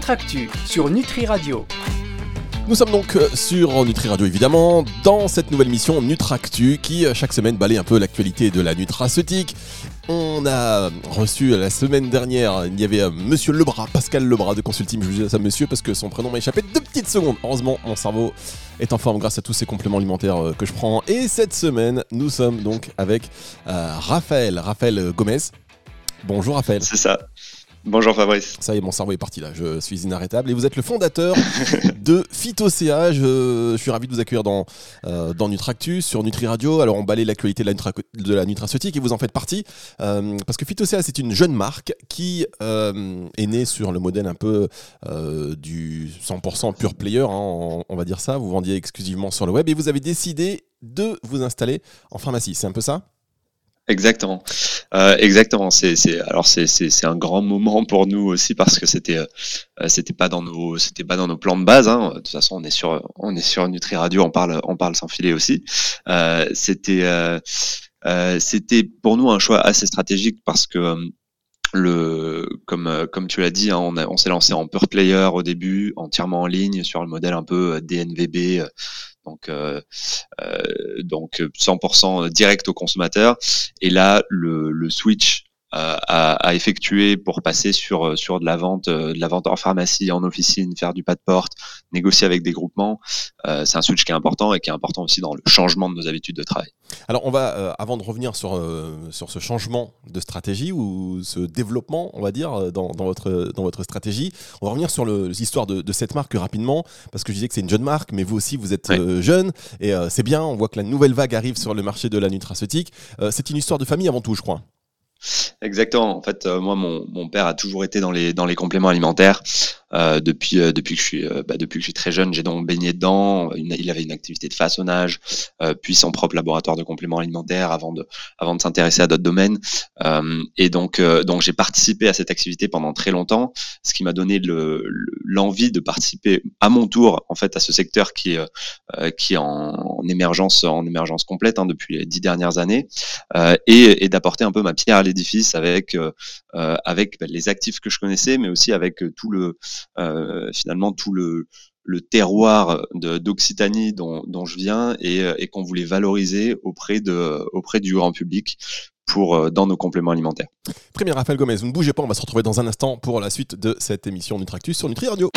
Nutractu sur Nutri Radio. Nous sommes donc sur Nutri Radio évidemment, dans cette nouvelle mission Nutractu qui chaque semaine balaye un peu l'actualité de la nutraceutique. On a reçu la semaine dernière, il y avait Monsieur Lebras, Pascal Lebras de Consulting, je vous dis ça monsieur parce que son prénom m'a échappé 2 petites secondes. Heureusement, mon cerveau est en forme grâce à tous ces compléments alimentaires que je prends. Et cette semaine, nous sommes donc avec Raphaël Gomez. Bonjour Raphaël. C'est ça. Bonjour Fabrice. Ça y est, mon cerveau est parti là, je suis inarrêtable. Et vous êtes le fondateur de Phytocea. Je suis ravi de vous accueillir dans Nutractu, sur Nutri Radio. Alors on balaye l'actualité de la nutraceutique et vous en faites partie. Parce que Phytocea, c'est une jeune marque qui est née sur le modèle un peu du 100% pure player, hein, on va dire ça. Vous vendiez exclusivement sur le web et vous avez décidé de vous installer en pharmacie. C'est un peu ça ? Exactement. Exactement. C'est un grand moment pour nous aussi parce que c'était pas dans nos plans de base. Hein. De toute façon, on est sur Nutri Radio, on parle sans filet aussi. C'était pour nous un choix assez stratégique parce que comme tu l'as dit, hein, on s'est lancé en pure player au début, entièrement en ligne sur le modèle un peu DNVB. Donc 100% direct au consommateur. Et là, le switch à effectuer pour passer sur de la vente en pharmacie, en officine, faire du pas de porte, négocier avec des groupements, c'est un switch qui est important et qui est important aussi dans le changement de nos habitudes de travail. Alors on va, avant de revenir sur ce changement de stratégie ou ce développement, on va dire, dans votre stratégie, on va revenir sur l'histoire de cette marque rapidement, parce que je disais que c'est une jeune marque, mais vous aussi vous êtes jeune, et c'est bien, on voit que la nouvelle vague arrive sur le marché de la nutraceutique. C'est une histoire de famille avant tout, je crois. Exactement. En fait, moi, mon père a toujours été dans les compléments alimentaires depuis que je suis très jeune. J'ai donc baigné dedans. Il avait une activité de façonnage, puis son propre laboratoire de compléments alimentaires avant de s'intéresser à d'autres domaines. Et donc j'ai participé à cette activité pendant très longtemps, ce qui m'a donné l'envie de participer à mon tour en fait à ce secteur qui est en émergence complète hein, depuis les 10 dernières années, et d'apporter un peu ma pierre à l'édifice avec les actifs que je connaissais, mais aussi avec tout le terroir d'Occitanie dont je viens et qu'on voulait valoriser auprès du grand public dans nos compléments alimentaires. Très bien, Raphaël Gomez, vous ne bougez pas, on va se retrouver dans un instant pour la suite de cette émission Nutractu sur Nutri Radio.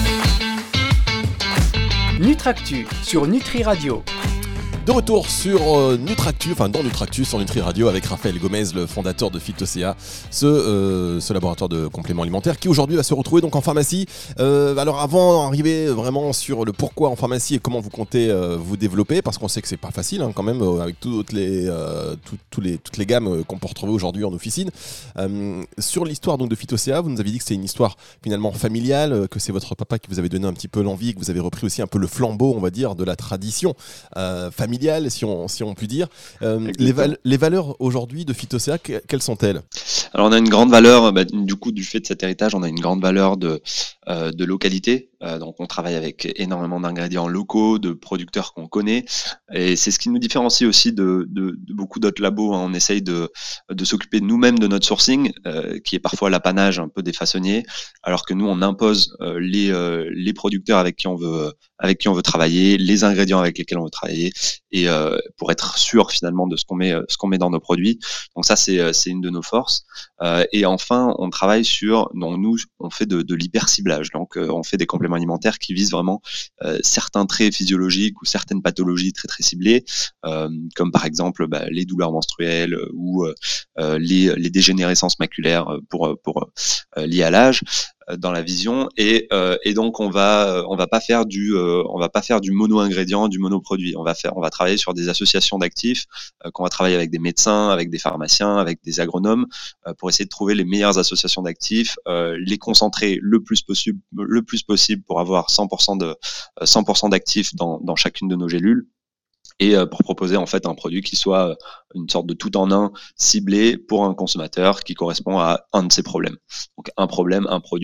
Nutractu sur Nutri Radio. De retour sur dans Nutractu sur Nutri Radio avec Raphaël Gomez, le fondateur de Phytocea, ce laboratoire de compléments alimentaires qui aujourd'hui va se retrouver donc en pharmacie. Alors avant d'arriver vraiment sur le pourquoi en pharmacie et comment vous comptez vous développer, parce qu'on sait que c'est pas facile hein, quand même avec toutes les gammes qu'on peut retrouver aujourd'hui en officine. Sur l'histoire donc de Phytocea, vous nous avez dit que c'est une histoire finalement familiale, que c'est votre papa qui vous avait donné un petit peu l'envie, que vous avez repris aussi un peu le flambeau, on va dire, de la tradition familiale. Si on peut dire. Les valeurs aujourd'hui de Phytocea, quelles sont-elles ? Alors on a une grande valeur, du fait de cet héritage, on a une grande valeur de localité. Donc on travaille avec énormément d'ingrédients locaux, de producteurs qu'on connaît, et c'est ce qui nous différencie aussi de beaucoup d'autres labos. Hein. On essaye de s'occuper nous-mêmes de notre sourcing, qui est parfois l'apanage un peu des façonniers, alors que nous on impose les producteurs avec qui on veut travailler, les ingrédients avec lesquels on veut travailler, et pour être sûr finalement de ce qu'on met dans nos produits. Donc ça c'est une de nos forces. Et enfin on travaille nous on fait de l'hyper-ciblage, donc on fait des compléments alimentaires qui visent vraiment certains traits physiologiques ou certaines pathologies très très ciblées, comme par exemple les douleurs menstruelles ou les dégénérescences maculaires liées à l'âge dans la vision, et donc on va pas faire du mono-ingrédient, du monoproduit. On va travailler sur des associations d'actifs, qu'on va travailler avec des médecins, avec des pharmaciens, avec des agronomes, pour essayer de trouver les meilleures associations d'actifs, les concentrer le plus possible pour avoir 100% d'actifs dans chacune de nos gélules, et pour proposer en fait un produit qui soit une sorte de tout en un ciblé pour un consommateur qui correspond à un de ses problèmes. Donc un problème, un produit.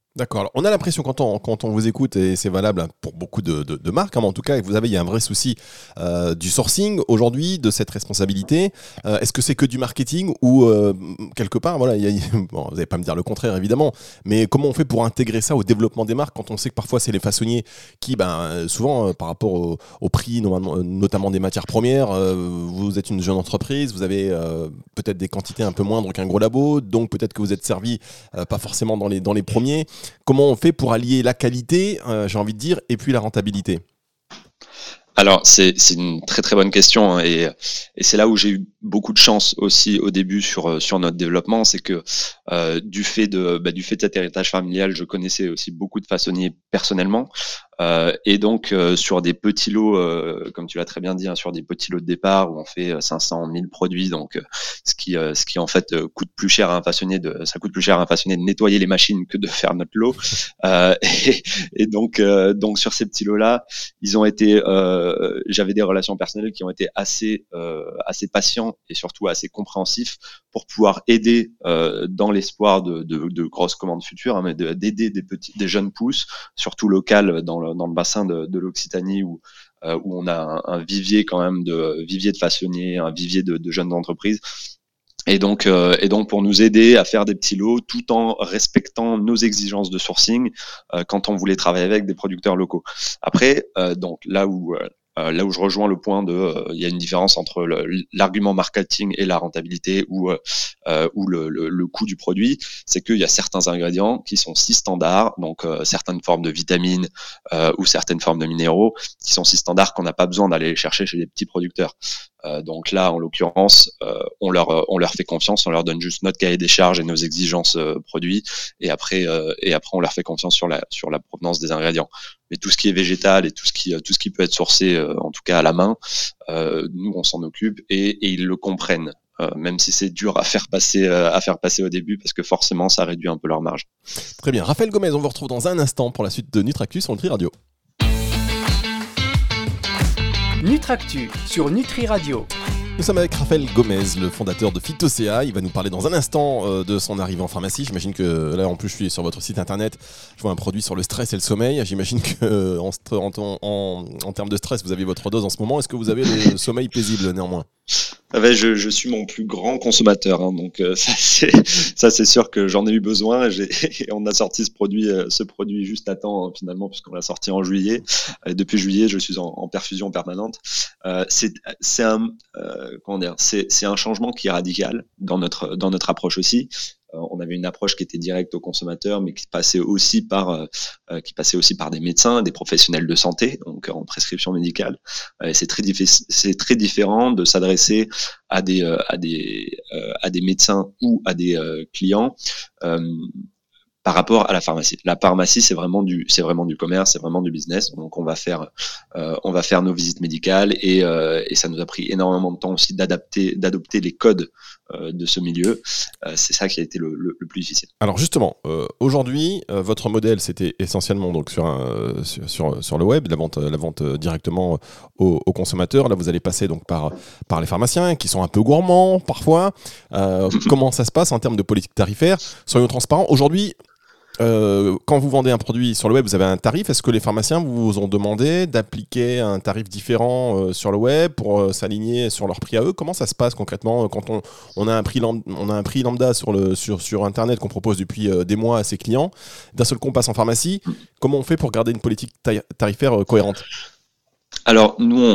D'accord. Alors, on a l'impression quand on vous écoute, et c'est valable pour beaucoup de marques, hein, mais en tout cas, il y a un vrai souci du sourcing aujourd'hui, de cette responsabilité. Est-ce que c'est que du marketing ou quelque part, voilà, bon, vous n'allez pas me dire le contraire évidemment, mais comment on fait pour intégrer ça au développement des marques quand on sait que parfois c'est les façonniers qui, souvent par rapport au prix, notamment des matières premières, vous êtes une jeune entreprise, vous avez peut-être des quantités un peu moindres qu'un gros labo, donc peut-être que vous êtes servi pas forcément dans les premiers. Comment on fait pour allier la qualité, j'ai envie de dire, et puis la rentabilité ? Alors, c'est une très très bonne question, hein, et c'est là où j'ai eu beaucoup de chance aussi au début sur notre développement, c'est que du fait de cet héritage familial, je connaissais aussi beaucoup de façonniers personnellement, et donc sur des petits lots, comme tu l'as très bien dit, hein, sur des petits lots de départ où on fait 500 000 produits, donc ce qui en fait coûte plus cher à un façonnier ça coûte plus cher à un façonnier de nettoyer les machines que de faire notre lot, et donc sur ces petits lots là, j'avais des relations personnelles qui ont été assez patients et surtout assez compréhensifs pour pouvoir aider dans l'espoir de grosses commandes futures, hein, mais d'aider des jeunes pousses, surtout locales dans le bassin de l'Occitanie où on a un vivier quand même vivier de façonniers, un vivier de jeunes entreprises. Et donc pour nous aider à faire des petits lots tout en respectant nos exigences de sourcing quand on voulait travailler avec des producteurs locaux. Après, donc là où je rejoins le point il y a une différence entre l'argument marketing et la rentabilité ou le coût du produit, c'est qu'il y a certains ingrédients qui sont si standards, donc certaines formes de vitamines ou certaines formes de minéraux qui sont si standards qu'on n'a pas besoin d'aller les chercher chez les petits producteurs. Donc là, en l'occurrence, on leur fait confiance, on leur donne juste notre cahier des charges et nos exigences produits, et après on leur fait confiance sur la provenance des ingrédients. Mais tout ce qui est végétal et tout ce qui peut être sourcé, en tout cas à la main, nous on s'en occupe et ils le comprennent. Même si c'est dur à faire passer au début, parce que forcément ça réduit un peu leur marge. Très bien. Raphaël Gomez, on vous retrouve dans un instant pour la suite de Nutractu sur Nutri Radio. Nutractu sur Nutri Radio. Nous sommes avec Raphaël Gomez, le fondateur de Phytocea. Il va nous parler dans un instant de son arrivée en pharmacie. J'imagine que là, en plus, je suis sur votre site internet. Je vois un produit sur le stress et le sommeil. J'imagine que en termes de stress, vous avez votre dose en ce moment. Est-ce que vous avez le sommeil paisible néanmoins ? Je suis mon plus grand consommateur, hein, donc ça c'est sûr que j'en ai eu besoin. Et on a sorti ce produit juste à temps, hein, finalement, puisqu'on l'a sorti en juillet. Et depuis juillet, je suis en perfusion permanente. C'est un changement qui est radical dans notre approche aussi. On avait une approche qui était directe aux consommateurs, mais qui passait aussi par des médecins, des professionnels de santé, donc en prescription médicale. C'est très différent de s'adresser à des médecins ou à des clients par rapport à la pharmacie. La pharmacie, c'est vraiment du commerce, c'est vraiment du business. Donc on va faire nos visites médicales et ça nous a pris énormément de temps aussi d'adopter les codes de ce milieu. C'est ça qui a été le plus difficile. Alors justement, aujourd'hui, votre modèle, c'était essentiellement donc sur le web, la vente directement aux consommateurs. Là, vous allez passer donc par les pharmaciens qui sont un peu gourmands parfois. Comment ça se passe en termes de politique tarifaire ? Soyons transparents. Aujourd'hui, quand vous vendez un produit sur le web, vous avez un tarif. Est-ce que les pharmaciens vous ont demandé d'appliquer un tarif différent sur le web pour s'aligner sur leur prix à eux ? Comment ça se passe concrètement quand on a un prix lambda sur Internet qu'on propose depuis des mois à ses clients ? D'un seul coup, on passe en pharmacie. Comment on fait pour garder une politique tarifaire cohérente ? Alors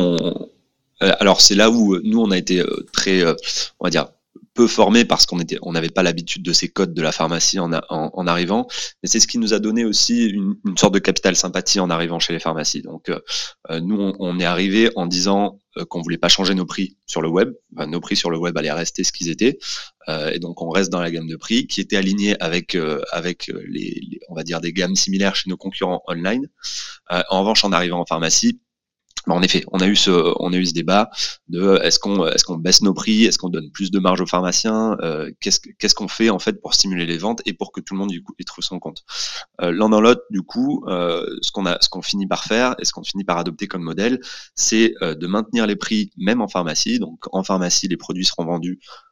c'est là où nous on a été très, on va dire, peu formés parce qu'on n'avait pas l'habitude de ces codes de la pharmacie en arrivant, mais c'est ce qui nous a donné aussi une sorte de capital sympathie en arrivant chez les pharmacies. Donc nous on est arrivé en disant qu'on voulait pas changer nos prix sur le web. Nos prix sur le web allaient rester ce qu'ils étaient, et donc on reste dans la gamme de prix qui était alignée avec les on va dire des gammes similaires chez nos concurrents online. En revanche, en arrivant en pharmacie, en effet, on a eu ce débat de est-ce qu'on baisse nos prix, est-ce qu'on donne plus de marge aux pharmaciens, qu'est-ce qu'on fait en fait pour stimuler les ventes et pour que tout le monde y trouve son compte. L'un dans l'autre, du coup, ce qu'on finit par faire et ce qu'on finit par adopter comme modèle, c'est de maintenir les prix même en pharmacie. Donc en pharmacie, les produits seront vendus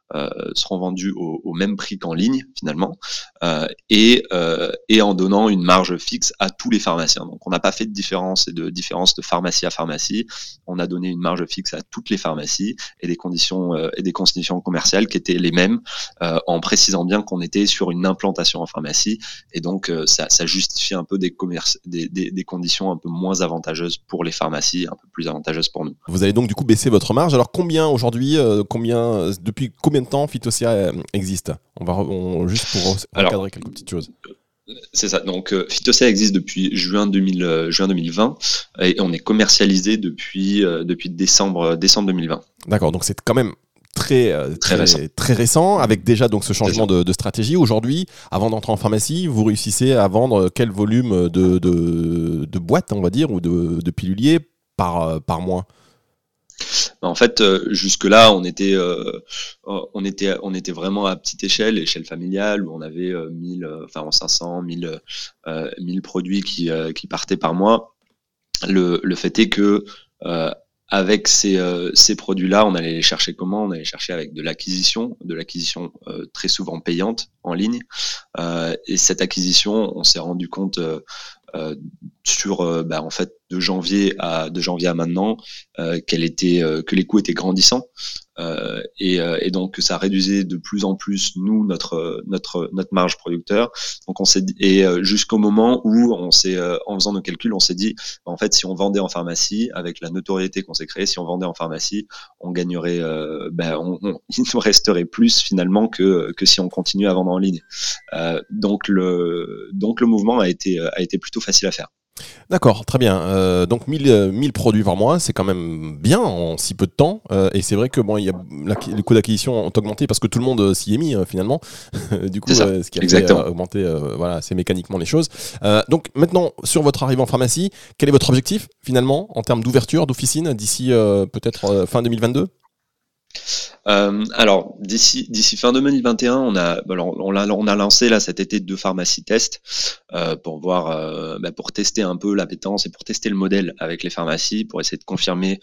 seront vendus au même prix qu'en ligne finalement, et en donnant une marge fixe à tous les pharmaciens. Donc on n'a pas fait de différence de pharmacie à pharmacie. On a donné une marge fixe à toutes les pharmacies et des conditions commerciales qui étaient les mêmes, en précisant bien qu'on était sur une implantation en pharmacie, et donc ça justifie un peu des conditions un peu moins avantageuses pour les pharmacies, un peu plus avantageuses pour nous. Vous avez donc du coup baissé votre marge. Alors combien aujourd'hui, depuis combien de temps Phytosea existe ? Juste pour encadrer quelques petites choses. C'est ça. Donc Phytosea existe depuis juin 2020 et on est commercialisé depuis décembre 2020. D'accord. Donc c'est quand même très récent, avec déjà donc ce changement de stratégie. Aujourd'hui, avant d'entrer en pharmacie, vous réussissez à vendre quel volume de boîtes, on va dire, ou de piluliers par mois ? En fait, jusque-là, on était vraiment à petite échelle familiale, où on avait 500, 1000 produits qui partaient par mois. Le fait est que avec ces produits-là, on allait les chercher comment ? On allait les chercher avec de l'acquisition très souvent payante en ligne. Et cette acquisition, on s'est rendu compte en fait de janvier à maintenant que les coûts étaient grandissants, et donc que ça réduisait de plus en plus notre marge producteur. Donc on s'est dit, et jusqu'au moment où en faisant nos calculs, on s'est dit en fait, si on vendait en pharmacie, avec la notoriété qu'on s'est créée, si on vendait en pharmacie, on gagnerait il nous resterait plus finalement que si on continue à vendre en ligne. Donc le mouvement a été plutôt facile à faire. D'accord, très bien. Donc 1000 produits par mois, c'est quand même bien en si peu de temps. Et c'est vrai que les coûts d'acquisition ont augmenté parce que tout le monde s'y est mis finalement. Du coup, ce qui a fait augmenter assez mécaniquement les choses. Donc maintenant, sur votre arrivée en pharmacie, quel est votre objectif finalement en termes d'ouverture d'officine d'ici peut-être fin 2022 ? Alors d'ici fin 2021, on a lancé là cet été 2 pharmacies tests pour voir, pour tester un peu l'appétence et pour tester le modèle avec les pharmacies, pour essayer de confirmer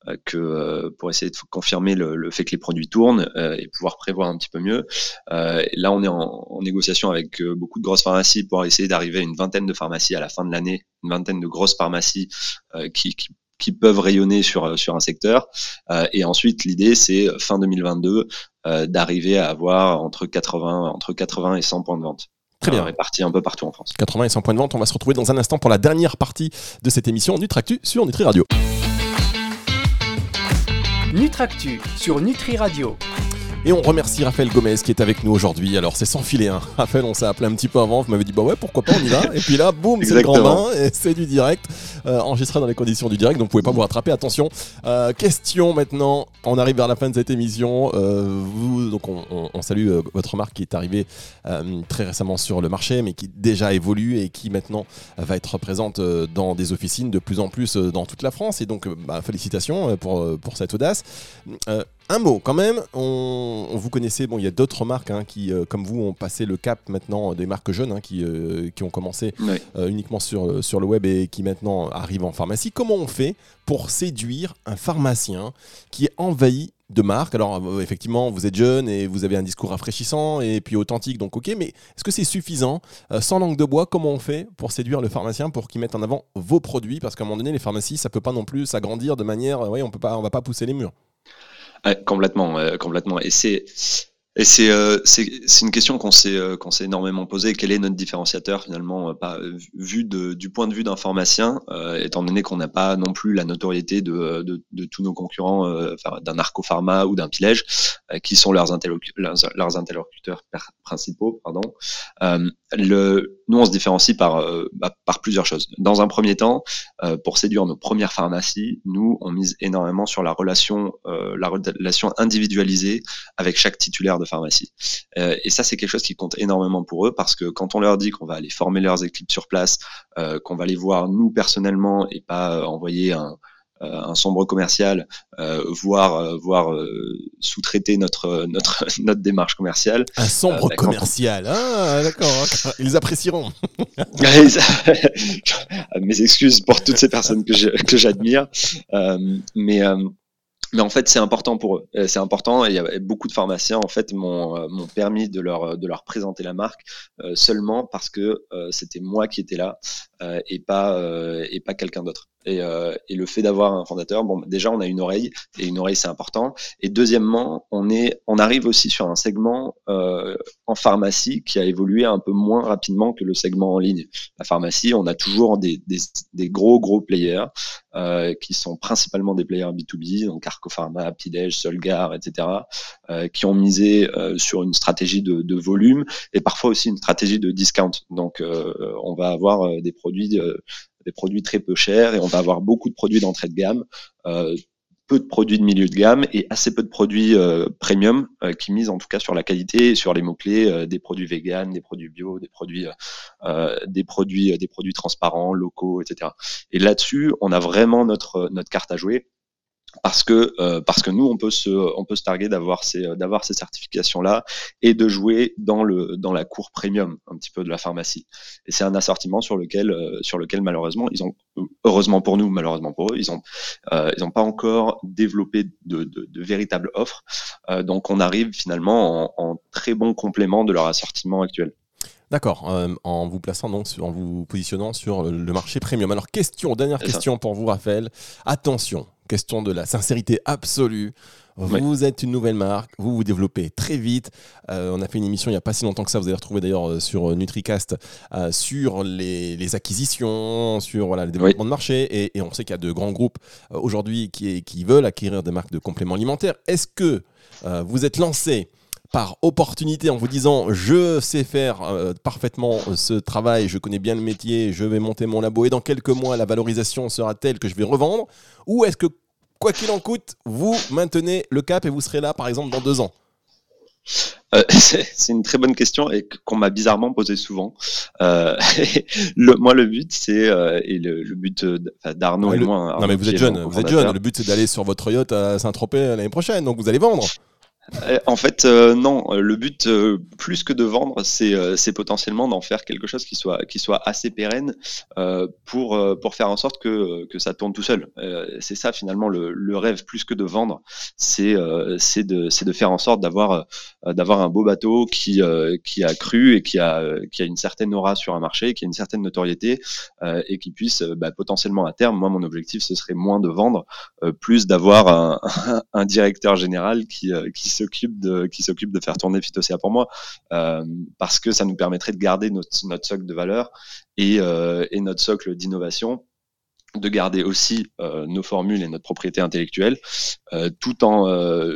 le fait que les produits tournent, et pouvoir prévoir un petit peu mieux. Là, on est en négociation avec beaucoup de grosses pharmacies pour essayer d'arriver à une vingtaine de pharmacies à la fin de l'année, une vingtaine de grosses pharmacies qui peuvent rayonner sur un secteur. Et ensuite, l'idée, c'est fin 2022 d'arriver à avoir entre 80 et 100 points de vente. Très bien. Répartis un peu partout en France. 80 et 100 points de vente. On va se retrouver dans un instant pour la dernière partie de cette émission Nutractu sur Nutri Radio. Nutractu sur Nutri Radio. Et on remercie Raphaël Gomez qui est avec nous aujourd'hui. Alors c'est sans filet, hein. Raphaël, on s'est appelé un petit peu avant, vous m'avez dit bah ouais pourquoi pas, on y va. Et puis là, boum, c'est le grand bain et c'est du direct, enregistré dans les conditions du direct, donc vous pouvez pas vous rattraper. Attention. Question maintenant, on arrive vers la fin de cette émission. Donc on salue votre marque qui est arrivée très récemment sur le marché, mais qui déjà évolue et qui maintenant va être présente dans des officines de plus en plus dans toute la France. Et donc félicitations pour cette audace. Un mot quand même, on vous connaissez, il y a d'autres marques qui, comme vous, ont passé le cap maintenant, des marques jeunes qui ont commencé uniquement sur le web et qui maintenant arrivent en pharmacie. Comment on fait pour séduire un pharmacien qui est envahi de marques ? Alors effectivement, vous êtes jeune et vous avez un discours rafraîchissant et puis authentique, donc ok, mais est-ce que c'est suffisant ? Sans langue de bois, comment on fait pour séduire le pharmacien pour qu'il mette en avant vos produits ? Parce qu'à un moment donné, les pharmacies, ça peut pas non plus s'agrandir de manière, on va pas pousser les murs. Complètement. Et c'est une question qu'on s'est énormément posée. Quel est notre différenciateur finalement, du point de vue d'un pharmacien, étant donné qu'on n'a pas non plus la notoriété de tous nos concurrents, d'un Arcopharma ou d'un Pilège, qui sont leurs interlocuteurs principaux. Nous, on se différencie par plusieurs choses. Dans un premier temps, pour séduire nos premières pharmacies, nous, on mise énormément sur la relation individualisée avec chaque titulaire de pharmacie. Et ça, c'est quelque chose qui compte énormément pour eux, parce que quand on leur dit qu'on va aller former leurs équipes sur place, qu'on va les voir nous personnellement et pas envoyer un sombre commercial, voire sous-traiter notre démarche commerciale. Un sombre commercial, d'accord, ils apprécieront. Mes excuses pour toutes ces personnes que j'admire, mais Mais en fait, c'est important pour eux. C'est important et il y a beaucoup de pharmaciens en fait m'ont permis de leur présenter la marque seulement parce que c'était moi qui étais là et pas quelqu'un d'autre. Et le fait d'avoir un fondateur, bon, déjà on a une oreille et une oreille c'est important. Et deuxièmement, on arrive aussi sur un segment en pharmacie qui a évolué un peu moins rapidement que le segment en ligne. La pharmacie, on a toujours des gros players qui sont principalement des players B2B, donc Arco Pharma, Pidej, Solgar, etc., qui ont misé sur une stratégie de volume et parfois aussi une stratégie de discount. Donc on va avoir des produits très peu chers et on va avoir beaucoup de produits d'entrée de gamme, peu de produits de milieu de gamme et assez peu de produits premium qui misent en tout cas sur la qualité et sur les mots-clés des produits vegan, des produits bio, des produits transparents, locaux, etc. Et là-dessus, on a vraiment notre carte à jouer. Parce que nous on peut se targuer d'avoir ces certifications là et de jouer dans la cour premium un petit peu de la pharmacie. Et c'est un assortiment sur lequel malheureusement heureusement pour nous, malheureusement pour eux, ils ont pas encore développé de véritable offre. Donc on arrive finalement en très bon complément de leur assortiment actuel. D'accord, en vous plaçant donc en vous positionnant sur le marché premium. Alors dernière question pour vous Raphaël. Attention, question de la sincérité absolue. Vous êtes une nouvelle marque, vous vous développez très vite. On a fait une émission il n'y a pas si longtemps que ça, vous allez retrouver d'ailleurs sur NutriCast, sur les acquisitions, sur le développement de marché. Et on sait qu'il y a de grands groupes aujourd'hui qui veulent acquérir des marques de compléments alimentaires. Est-ce que vous êtes lancé par opportunité en vous disant je sais faire parfaitement ce travail, je connais bien le métier, je vais monter mon labo et dans quelques mois la valorisation sera telle que je vais revendre, ou est-ce que quoi qu'il en coûte, vous maintenez le cap et vous serez là par exemple dans 2 ans? C'est une très bonne question et qu'on m'a bizarrement posée souvent. Moi, le but, c'est et le but d'Arnaud et moi. Non, mais vous êtes jeune. Le but, c'est d'aller sur votre yacht à Saint-Tropez l'année prochaine, donc vous allez vendre. En fait, non. Le but, plus que de vendre, c'est potentiellement d'en faire quelque chose qui soit assez pérenne pour faire en sorte que ça tourne tout seul. C'est ça finalement le rêve, plus que de vendre, c'est de faire en sorte d'avoir un beau bateau qui a cru et qui a une certaine aura sur un marché, qui a une certaine notoriété et qui puisse potentiellement à terme. Moi, mon objectif, ce serait moins de vendre, plus d'avoir un directeur général qui s'occupe de faire tourner Phytocea pour moi, parce que ça nous permettrait de garder notre socle de valeur et notre socle d'innovation, de garder aussi nos formules et notre propriété intellectuelle, tout en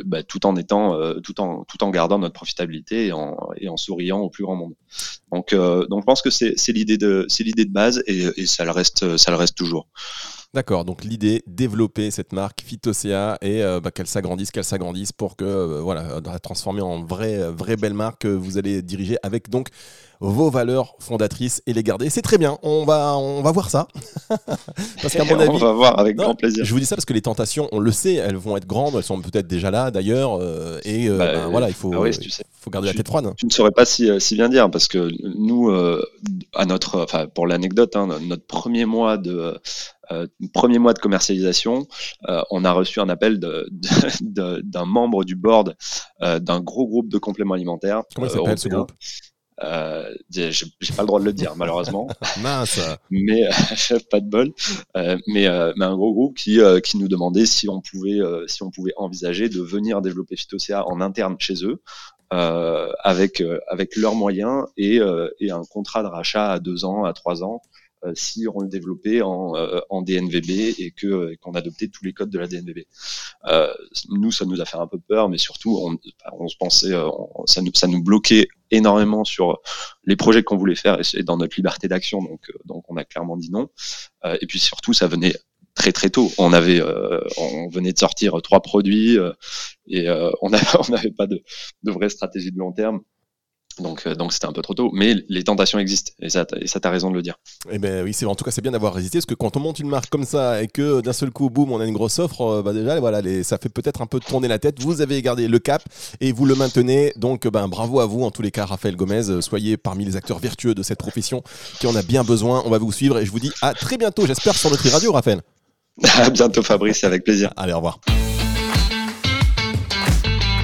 gardant notre profitabilité et en souriant au plus grand monde. Donc je pense que c'est l'idée de base et ça le reste toujours. D'accord, donc l'idée, développer cette marque Phytocea et qu'elle s'agrandisse pour que la transformer en vraie belle marque que vous allez diriger avec donc vos valeurs fondatrices et les garder. C'est très bien, on va voir ça. Parce qu'à mon avis, on va voir avec grand plaisir. Je vous dis ça parce que les tentations, on le sait, elles vont être grandes, elles sont peut-être déjà là d'ailleurs, il faut garder la tête froide. Tu ne saurais pas si bien dire, parce que nous, pour l'anecdote, notre premier mois de commercialisation, on a reçu un appel d'un membre du board d'un gros groupe de compléments alimentaires. Comment il s'appelle ce groupe ? J'ai pas le droit de le dire malheureusement. Mince. Mais pas de bol. Mais un gros groupe qui nous demandait si on pouvait envisager de venir développer Phytocea en interne chez eux. Avec leurs moyens et un contrat de rachat à 2 ans, à 3 ans, si on le développait en DNVB et qu'on adoptait tous les codes de la DNVB. Nous, ça nous a fait un peu peur, mais surtout, on se pensait, ça nous bloquait énormément sur les projets qu'on voulait faire et dans notre liberté d'action. Donc, on a clairement dit non. Et puis surtout, ça venait très très tôt. On venait de sortir 3 produits et on n'avait pas de vraie stratégie de long terme. Donc c'était un peu trop tôt, mais les tentations existent et ça t'as raison de le dire. Eh ben oui, en tout cas c'est bien d'avoir résisté, parce que quand on monte une marque comme ça et que d'un seul coup boum on a une grosse offre, déjà voilà, ça fait peut-être un peu tourner la tête. Vous avez gardé le cap et vous le maintenez, donc bravo à vous en tous les cas, Raphaël Gomez. Soyez parmi les acteurs vertueux de cette profession qui en a bien besoin. On va vous suivre et je vous dis à très bientôt, j'espère sur Nutri Radio, Raphaël. À bientôt Fabrice, avec plaisir. Allez, au revoir.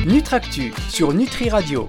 Nutractu sur Nutri Radio.